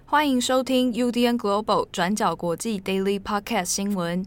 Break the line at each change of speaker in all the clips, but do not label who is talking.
欢迎收听 UDN Global 转角国际 Daily Podcast 新闻。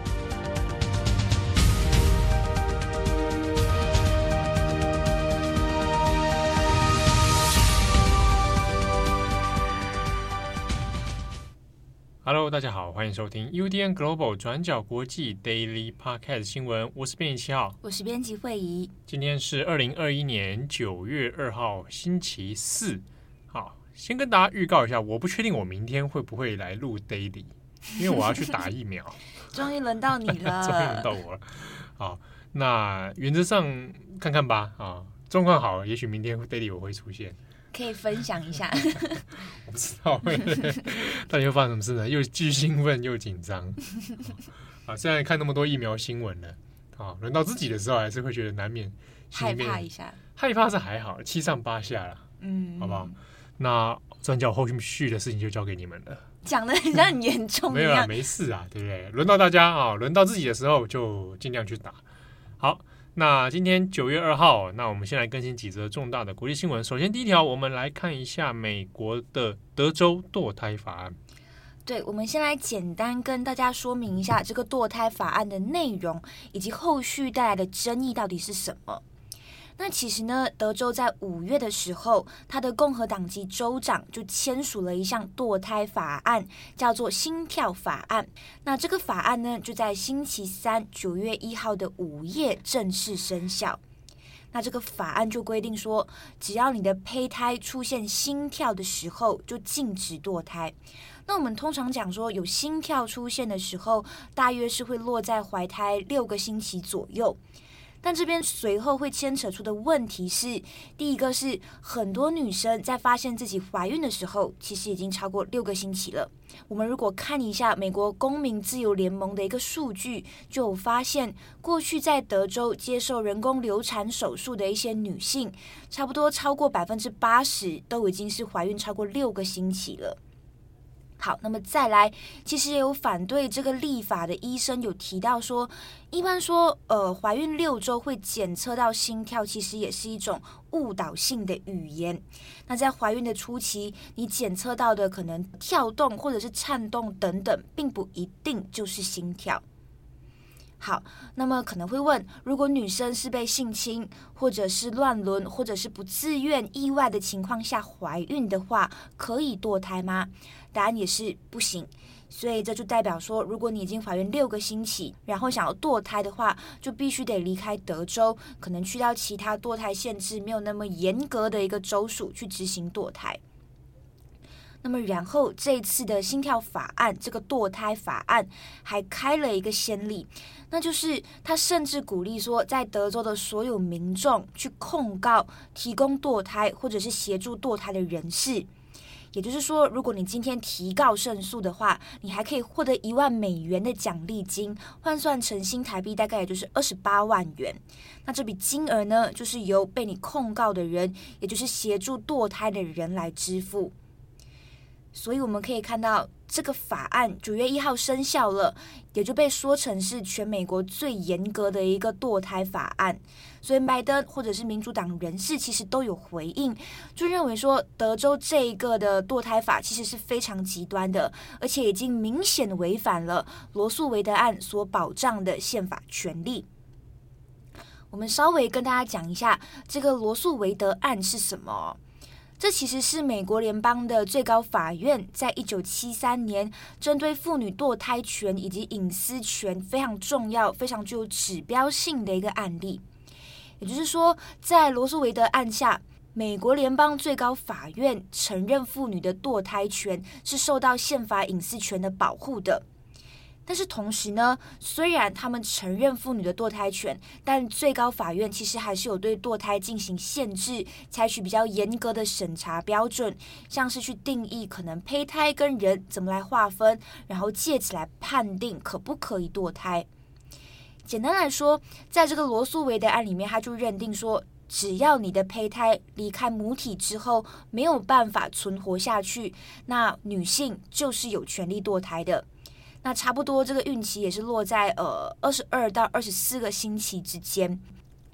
Hello， 大家好，欢迎收听 UDN Global 转角国际 Daily Podcast 新闻。我是编辑7号，
我是编辑慧仪。今
天是2021年9月2号，星期四。好，先跟大家预告一下，我不确定我明天会不会来录 Daily， 因为我要去打疫苗。
终于轮到你了，
终于轮到我了。好，那原则上看看吧。啊，状况好，也许明天 Daily 我会出现。
可以分享一下。
我不知道到底会发生什么事呢？又既兴奋又紧张。啊，现在看那么多疫苗新闻了，啊，轮到自己的时候还是会觉得难免
害怕一下。
害怕是还好，7上8下了，好不好？那转角后续的事情就交给你们了。
讲得很像很严重一样。
没有啦，没事啊，对不对？轮到大家啊，轮到自己的时候就尽量去打。好。那今天9月2号，那我们先来更新几则重大的国际新闻。首先第一条，我们来看一下美国的德州堕胎法案。
对，我们先来简单跟大家说明一下这个堕胎法案的内容，以及后续带来的争议到底是什么。那其实呢，德州在5月的时候，他的共和党籍州长就签署了一项堕胎法案，叫做心跳法案。那这个法案呢，就在星期三9月1号的午夜正式生效。那这个法案就规定说，只要你的胚胎出现心跳的时候，就禁止堕胎。那我们通常讲说，有心跳出现的时候，大约是会落在怀胎6个星期左右。但这边随后会牵扯出的问题是，第一个是很多女生在发现自己怀孕的时候，其实已经超过6个星期了。我们如果看一下美国公民自由联盟的一个数据，就有发现过去在德州接受人工流产手术的一些女性，差不多超过80%都已经是怀孕超过6个星期了。好，那么再来，其实也有反对这个立法的医生有提到说，一般说，怀孕6周会检测到心跳，其实也是一种误导性的语言。那在怀孕的初期，你检测到的可能跳动或者是颤动等等，并不一定就是心跳。好，那么可能会问，如果女生是被性侵，或者是乱伦，或者是不自愿意外的情况下怀孕的话，可以堕胎吗？答案也是不行。所以这就代表说，如果你已经怀孕6个星期，然后想要堕胎的话，就必须得离开德州，可能去到其他堕胎限制没有那么严格的一个州属去执行堕胎。那么然后这一次的心跳法案，这个堕胎法案还开了一个先例，那就是他甚至鼓励说，在德州的所有民众去控告提供堕胎或者是协助堕胎的人士。也就是说，如果你今天提告胜诉的话，你还可以获得1万美元的奖励金，换算成新台币大概也就是28万元。那这笔金额呢，就是由被你控告的人，也就是协助堕胎的人来支付。所以我们可以看到，这个法案9月1号生效了，也就被说成是全美国最严格的一个堕胎法案。所以拜登或者是民主党人士其实都有回应，就认为说德州这一个的堕胎法其实是非常极端的，而且已经明显违反了罗诉韦德案所保障的宪法权利。我们稍微跟大家讲一下这个罗诉韦德案是什么。这其实是美国联邦的最高法院在1973年针对妇女堕胎权以及隐私权非常重要、非常具有指标性的一个案例。也就是说，在罗诉韦德案下，美国联邦最高法院承认妇女的堕胎权是受到宪法隐私权的保护的。但是同时呢，虽然他们承认妇女的堕胎权，但最高法院其实还是有对堕胎进行限制，采取比较严格的审查标准，像是去定义可能胚胎跟人怎么来划分，然后借此来判定可不可以堕胎。简单来说，在这个罗诉韦德案里面，他就认定说，只要你的胚胎离开母体之后没有办法存活下去，那女性就是有权利堕胎的。那差不多这个孕期也是落在22到24个星期之间。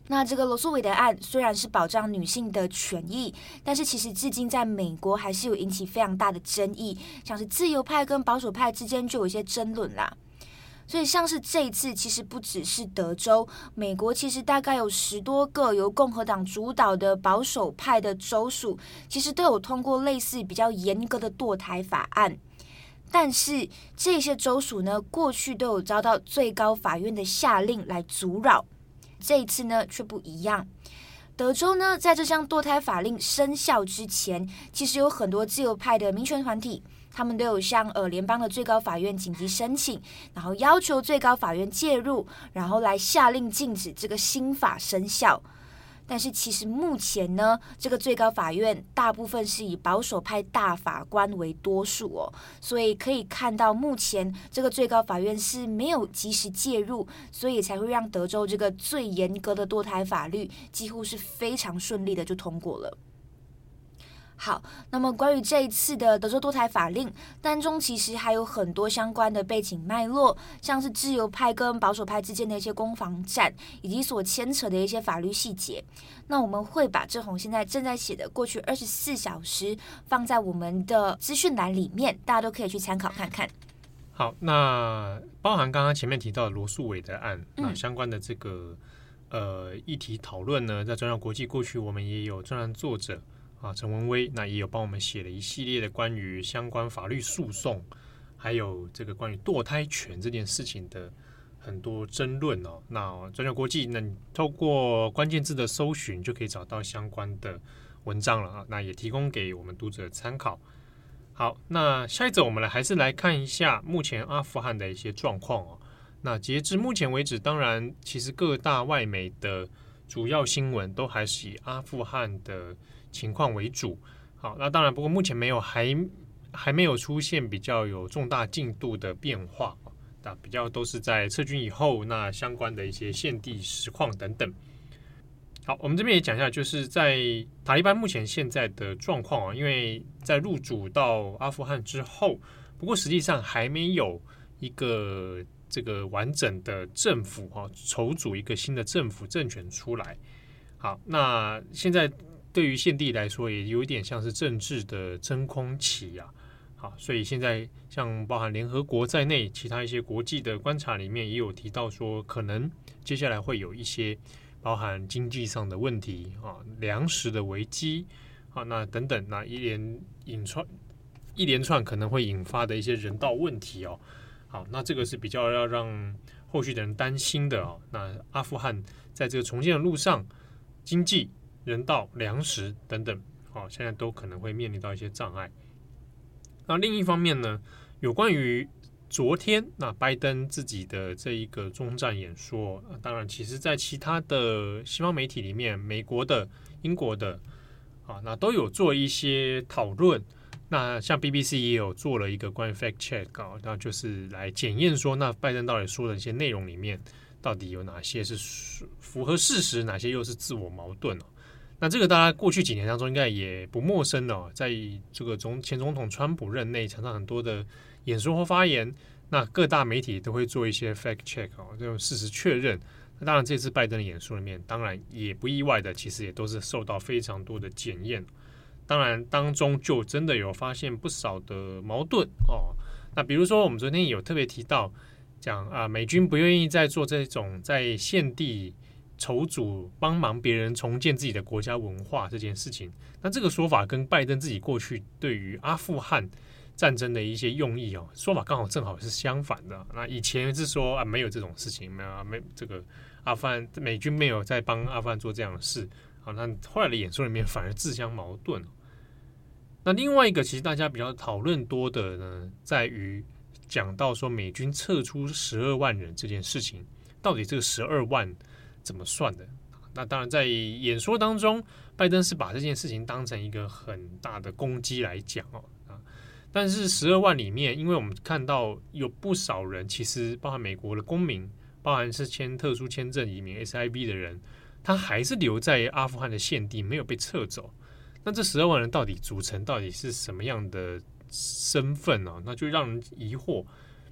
那这个罗素韦德案虽然是保障女性的权益，但是其实至今在美国还是有引起非常大的争议，像是自由派跟保守派之间就有一些争论啦。所以像是这一次，其实不只是德州，美国其实大概有10多个由共和党主导的保守派的州属，其实都有通过类似比较严格的堕胎法案。但是这些州属呢，过去都有遭到最高法院的下令来阻扰，这一次呢却不一样。德州呢，在这项堕胎法令生效之前，其实有很多自由派的民权团体，他们都有向联邦的最高法院紧急申请，然后要求最高法院介入，然后来下令禁止这个新法生效。但是其实目前呢，这个最高法院大部分是以保守派大法官为多数哦，所以可以看到目前这个最高法院是没有及时介入，所以才会让德州这个最严格的堕胎法律几乎是非常顺利的就通过了。好，那么关于这一次的德州堕胎法令当中，其实还有很多相关的背景脉络，像是自由派跟保守派之间的一些攻防战，以及所牵扯的一些法律细节。那我们会把志宏现在正在写的过去24小时放在我们的资讯栏里面，大家都可以去参考看看。
好，那包含刚刚前面提到的罗素韦德案，那相关的这个议题讨论呢，在转角国际过去我们也有专栏作者陈文威，那也有帮我们写了一系列的关于相关法律诉讼，还有这个关于堕胎权这件事情的很多争论哦。那转角国际，那你透过关键字的搜寻就可以找到相关的文章了啊。那也提供给我们读者参考。好，那下一则我们还是来看一下目前阿富汗的一些状况哦。那截至目前为止，当然其实各大外媒的主要新闻都还是以阿富汗的情况为主。好，那当然不过目前还没有出现比较有重大进度的变化，那比较都是在撤军以后那相关的一些现地实况等等。好，我们这边也讲一下，就是在塔利班目前现在的状况因为在入主到阿富汗之后，不过实际上还没有一个这个完整的政府筹组一个新的政府政权出来。好，那现在对于现地来说也有一点像是政治的真空期啊。好，所以现在像包含联合国在内，其他一些国际的观察里面也有提到说，可能接下来会有一些包含经济上的问题粮食的危机那等等，那一连串可能会引发的一些人道问题好，那这个是比较要让后续的人担心的那阿富汗在这个重建的路上，经济、人道、粮食等等现在都可能会面临到一些障碍。那另一方面呢，有关于昨天那拜登自己的这一个终战演说，当然其实在其他的西方媒体里面，美国的、英国的那都有做一些讨论。那像 BBC 也有做了一个关于 fact check 那就是来检验说，那拜登到底说的一些内容里面，到底有哪些是符合事实，哪些又是自我矛盾那这个大家过去几年当中应该也不陌生在这个前总统川普任内，常常很多的演说或发言，那各大媒体都会做一些 fact check 这种事实确认。那当然这次拜登的演说里面，当然也不意外的，其实也都是受到非常多的检验。当然当中就真的有发现不少的矛盾那比如说我们昨天也有特别提到讲美军不愿意再做这种在现地筹组帮忙别人重建自己的国家文化这件事情，那这个说法跟拜登自己过去对于阿富汗战争的一些用意说法刚好正好是相反的。那以前是说没有这种事情，没这个阿富汗美军没有在帮阿富汗做这样的事那后来的演说里面反而自相矛盾。那另外一个其实大家比较讨论多的呢，在于讲到说美军撤出12万人这件事情，到底这个12万怎么算的？那当然在演说当中，拜登是把这件事情当成一个很大的攻击来讲但是12万里面，因为我们看到有不少人，其实包含美国的公民，包含是签特殊签证移民 SIV 的人，他还是留在阿富汗的现地，没有被撤走。那这12万人到底组成到底是什么样的身份那就让人疑惑。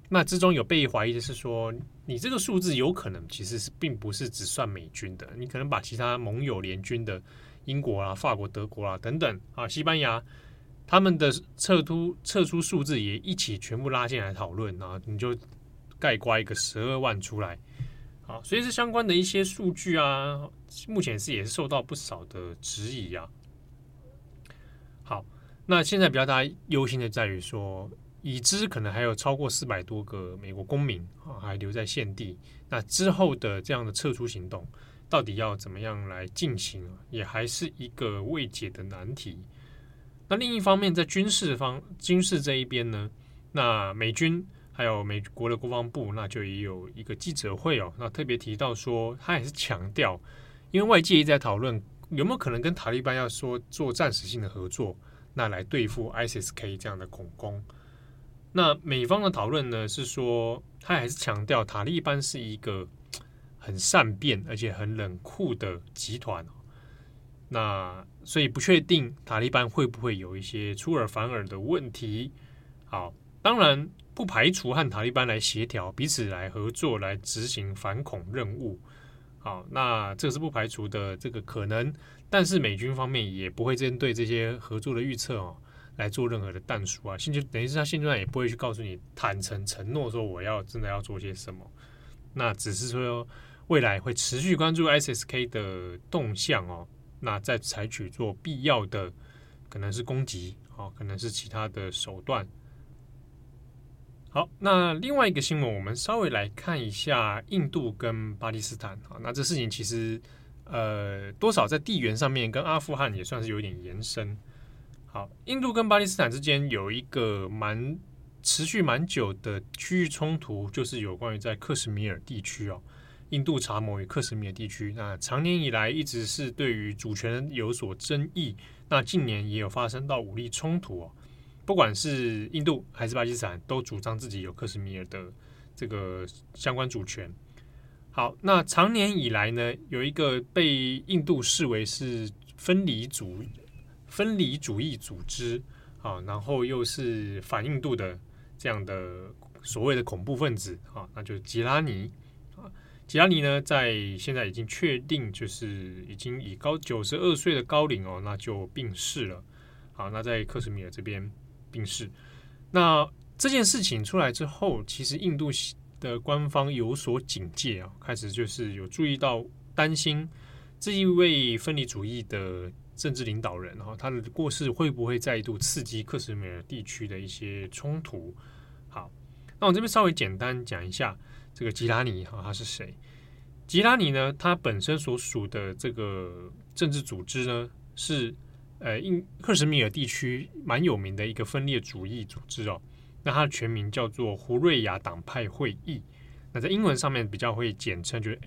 那之中有被怀疑的是说，你这个数字有可能其实并不是只算美军的，你可能把其他盟友联军的英国啊、法国、德国啊等等啊、西班牙他们的撤出数字也一起全部拉进来讨论啊，你就概括一个12万出来啊，所以这相关的一些数据啊，目前也是受到不少的质疑啊。好，那现在比较大家忧心的在于说，已知可能还有超过400多个美国公民啊还留在现地，那之后的这样的撤出行动到底要怎么样来进行，也还是一个未解的难题。那另一方面，在军事这一边呢，那美军还有美国的国防部，那就也有一个记者会哦，那特别提到说，他也是强调，因为外界一直在讨论有没有可能跟塔利班要说做暂时性的合作，那来对付 ISIS-K 这样的恐攻。那美方的讨论呢是说，他还是强调塔利班是一个很善变而且很冷酷的集团。那所以不确定塔利班会不会有一些出尔反尔的问题。好，当然不排除和塔利班来协调，彼此来合作，来执行反恐任务。好，那这个是不排除的这个可能，但是美军方面也不会针对这些合作的预测来做任何的弹书啊，等于是他现阶段也不会去告诉你坦诚承诺说我要真的要做些什么，那只是说未来会持续关注 ISIS-K 的动向那再采取做必要的可能是攻击可能是其他的手段。好，那另外一个新闻我们稍微来看一下印度跟巴基斯坦那这事情其实多少在地缘上面跟阿富汗也算是有点延伸。好，印度跟巴基斯坦之间有一个持续蛮久的区域冲突，就是有关于在克什米尔地区印度查谟与克什米尔地区，那长年以来一直是对于主权有所争议，那近年也有发生到武力冲突不管是印度还是巴基斯坦，都主张自己有克什米尔的这个相关主权。好，那长年以来呢，有一个被印度视为是分离主义组织然后又是反印度的这样的所谓的恐怖分子那就是吉拉尼。吉拉尼呢，在现在已经确定，就是已经以92岁的高龄那就病逝了。好，那在克什米尔这边病逝。那这件事情出来之后，其实印度的官方有所警戒开始就是有注意到担心这一位分离主义的政治领导人他的过世会不会再度刺激克什米尔地区的一些冲突。好，那我这边稍微简单讲一下这个吉拉尼他是谁。吉拉尼呢，他本身所属的这个政治组织呢，是克什米尔地区蛮有名的一个分裂主义组织那它的全名叫做胡瑞亚党派会议，那在英文上面比较会简称就是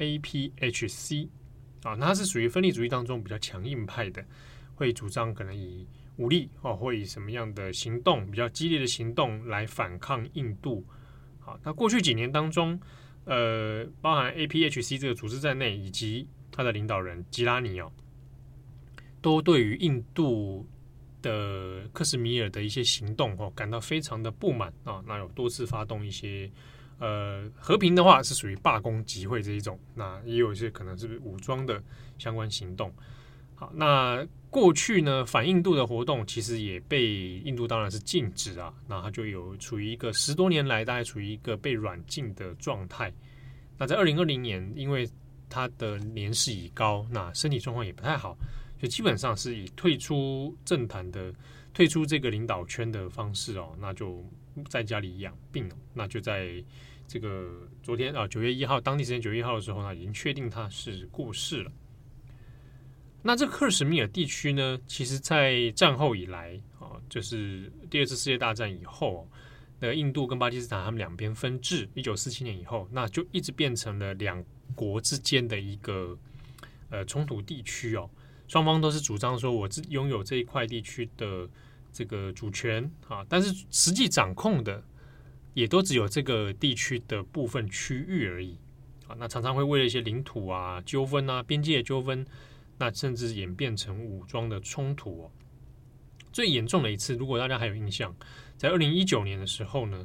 APHC 那它是属于分裂主义当中比较强硬派的，会主張可能以武力或以什么样的行动比较激烈的行动来反抗印度。好，那过去几年当中包含 APHC 这个组织在内，以及他的领导人吉拉尼都对于印度的克什米尔的一些行动感到非常的不满那有多次发动一些和平的话是属于罢工集会这一种，那也有一些可能是武装的相关行动。好，那过去呢反印度的活动其实也被印度当然是禁止那它就有处于一个10多年来大概处于一个被软禁的状态。那在2020年因为他的年事已高，那身体状况也不太好，所以基本上是以退出政坛的退出这个领导圈的方式那就在家里养病那就在这个昨天9月1号当地时间9月1号的时候呢，已经确定他是过世了。那这个克什米尔地区呢，其实在战后以来就是第二次世界大战以后印度跟巴基斯坦他们两边分治，1947年以后，那就一直变成了两国之间的一个冲突地区双方都是主张说我拥有这一块地区的这个主权但是实际掌控的也都只有这个地区的部分区域而已那常常会为了一些领土纠纷边界纠纷，那甚至演变成武装的冲突最严重的一次，如果大家还有印象，在2019年的时候呢，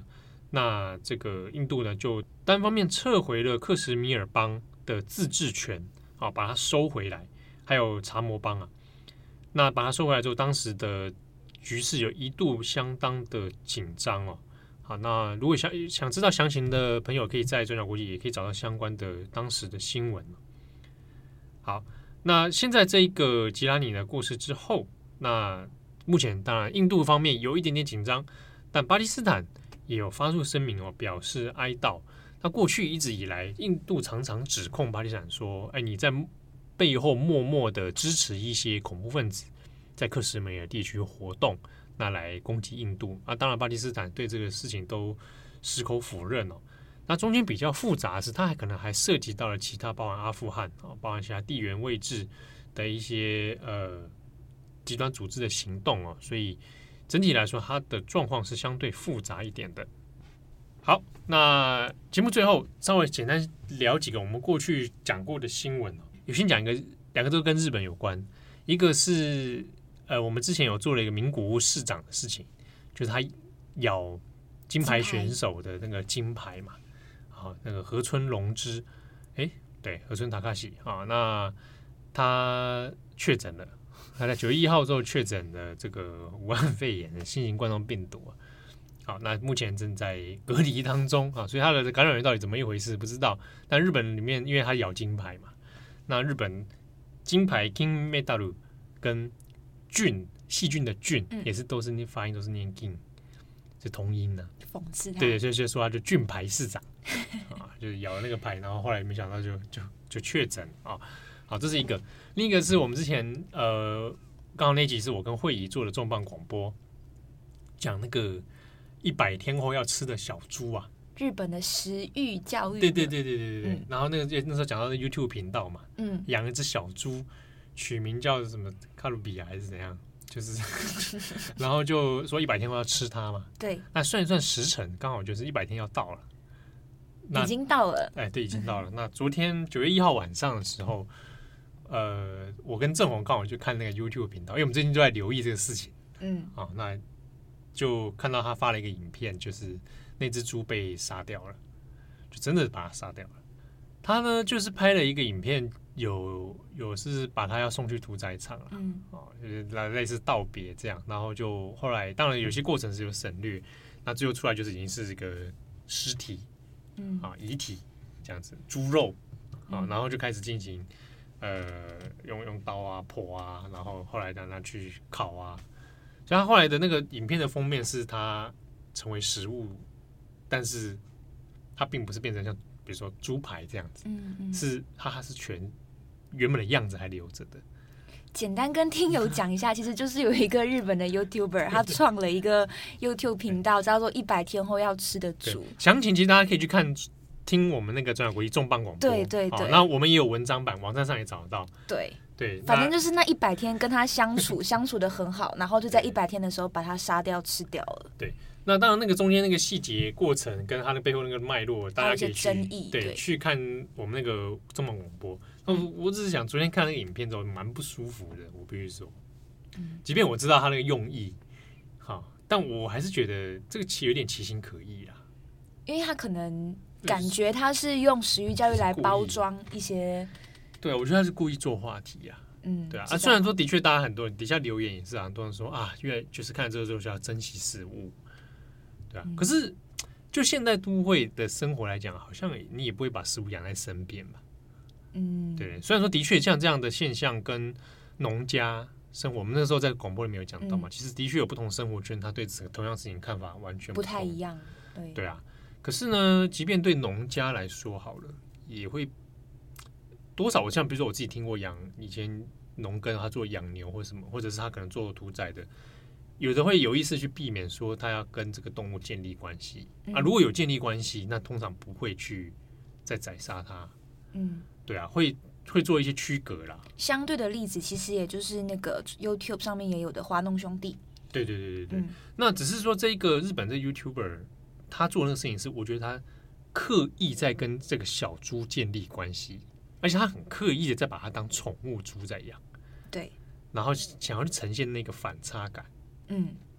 那这个印度呢就单方面撤回了克什米尔邦的自治权，把它收回来，还有查谟邦啊，那把它收回来之后，当时的局势有一度相当的紧张哦。好，那如果想知道详情的朋友，可以在转角国际也可以找到相关的当时的新闻。好，那现在这一个吉拉尼呢过世之后，那目前当然印度方面有一点点紧张，但巴基斯坦也有发出声明表示哀悼。那过去一直以来，印度常常指控巴基斯坦说：“哎，你在背后默默的支持一些恐怖分子在克什米尔地区活动。”那来攻击印度啊，当然巴基斯坦对这个事情都矢口否认哦。那中间比较复杂的是，它可能还涉及到了其他，包含阿富汗包含其他地缘位置的一些极端组织的行动哦，所以整体来说，它的状况是相对复杂一点的。好，那节目最后稍微简单聊几个我们过去讲过的新闻哦。有先讲两个都跟日本有关，一个是。我们之前有做了一个名古屋市长的事情，就是他咬金牌选手的那个金牌嘛，那个河村隆之，对，河村塔卡西那他确诊了，他在9月1号之后确诊了这个武汉肺炎的新型冠状病毒好，那目前正在隔离当中所以他的感染源到底怎么一回事不知道。但日本里面，因为他咬金牌嘛，那日本金牌 King Medal 跟细菌的菌也是都是发音都是念 king， 是同音的。
讽刺他。
对，所以说他就菌牌市长就是咬了那个牌，然后后来没想到就确诊好，这是一个。另一个是我们之前刚好那集是我跟慧仪做的重磅广播，讲那个100天后要吃的小猪啊，
日本的食育教育。
对。然后那时候讲到那 YouTube 频道嘛，养一只小猪。取名叫什么卡鲁比亚还是怎样，就是然后就说100天后要吃它嘛。
对，
那算一算时辰，刚好就是100天要到了。
已经到了。
对，已经到了。那昨天9月1号晚上的时候，我跟郑红刚好就看那个 YouTube 频道，因为我们最近都在留意这个事情。那就看到他发了一个影片，就是那只猪被杀掉了，就真的把它杀掉了。他呢就是拍了一个影片。有是把他要送去屠宰场了，就是类似道别这样，然后就后来当然有些过程是有省略，那最后出来就是已经是一个尸体，遗体这样子，猪肉然后就开始进行用刀剖然后后来让他去烤所以他后来的那个影片的封面是他成为食物，但是他并不是变成像比如说猪排这样子，是它是原本的样子还留着的。
简单跟听友讲一下，其实就是有一个日本的 YouTuber， 他创了一个 YouTube 频道，叫做100天后要吃的猪。
详情其实大家可以去听我们那个转角国际重磅广播。
对。
那我们也有文章版，网站上也找得到。对，
反正就是那100天跟他相处的很好，然后就在100天的时候把他杀掉吃掉了。
对。那当然，那个中间那个细节过程跟它的背后那个脉络，大家可以去看我们那个重磅广播。我只是想，昨天看那个影片之后蛮不舒服的，我必须说，即便我知道他那个用意，但我还是觉得这个有点其心可疑啦。
因为他可能感觉他是用食育教育来包装一些，
对，我觉得他是故意做话题啊。对啊，虽然说的确，大家很多人底下留言也是很多人说因为就是看了这个之后就要珍惜事物。对啊，可是就现代都会的生活来讲，好像你也不会把食物养在身边吧？对。虽然说的确像这样的现象跟农家生活，我们那时候在广播里面有讲到嘛，其实的确有不同生活圈，他对同样事情看法完全
不太一样。
对啊，可是呢，即便对农家来说好了，也会多少，像比如说我自己听过以前农耕他做养牛或什么，或者是他可能做屠宰的。有的会有意识去避免说他要跟这个动物建立关系如果有建立关系，那通常不会去再宰杀它。对啊，会做一些区隔啦。
相对的例子其实也就是那个 YouTube 上面也有的花弄兄弟。
对。那只是说这个日本这 YouTuber 他做的那个事情是，我觉得他刻意在跟这个小猪建立关系，而且他很刻意的在把它当宠物猪在养。
对。
然后想要去呈现那个反差感。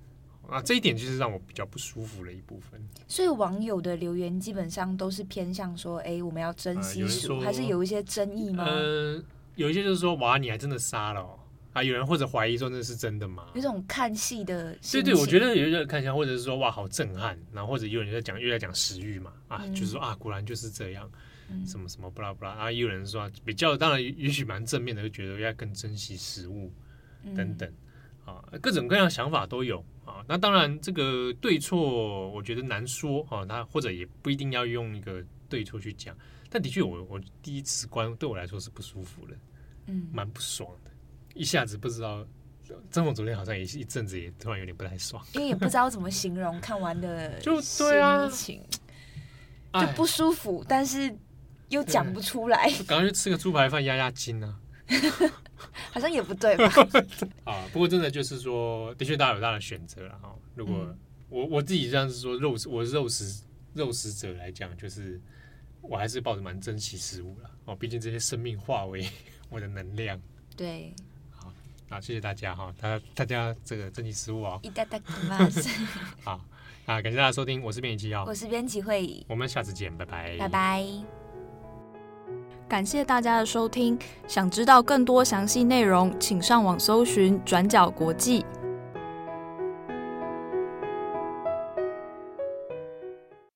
这一点就是让我比较不舒服的一部分。
所以网友的留言基本上都是偏向说，我们要珍惜食物，还是有一些争议吗？
有一些就是说，哇，你还真的杀了有人或者怀疑说那是真的吗？
有种看戏的心情。
对，我觉得有人看戏，或者是说哇好震撼，然后或者有人又在讲食欲嘛，就是说果然就是这样，什么什么不啦不啦，也有人说比较，当然也许蛮正面的，就觉得要更珍惜食物等等各种各样的想法都有那当然这个对错我觉得难说那或者也不一定要用一个对错去讲，但的确我第一直观对我来说是不舒服的，蛮不爽的，一下子不知道。曾凤昨天好像也一阵子也突然有点不太爽，
因为也不知道怎么形容看完的
就对啊，
心情就不舒服，但是又讲不出来，
赶快去吃个猪排饭压压惊啊，
好像也不对吧？
不过真的就是说，的确大家有大家的选择了如果我自己这样子说，我是肉食者来讲，就是我还是抱着蛮珍惜食物了毕竟这些生命化为我的能量。
对。
谢谢大家大家这个珍惜食物
いただきます
好感谢大家收听，我是编辑7号，
我是编辑慧仪，
我们下次见，拜拜，
拜拜。
感谢大家的收听，想知道更多详细内容，请上网搜寻转角国际。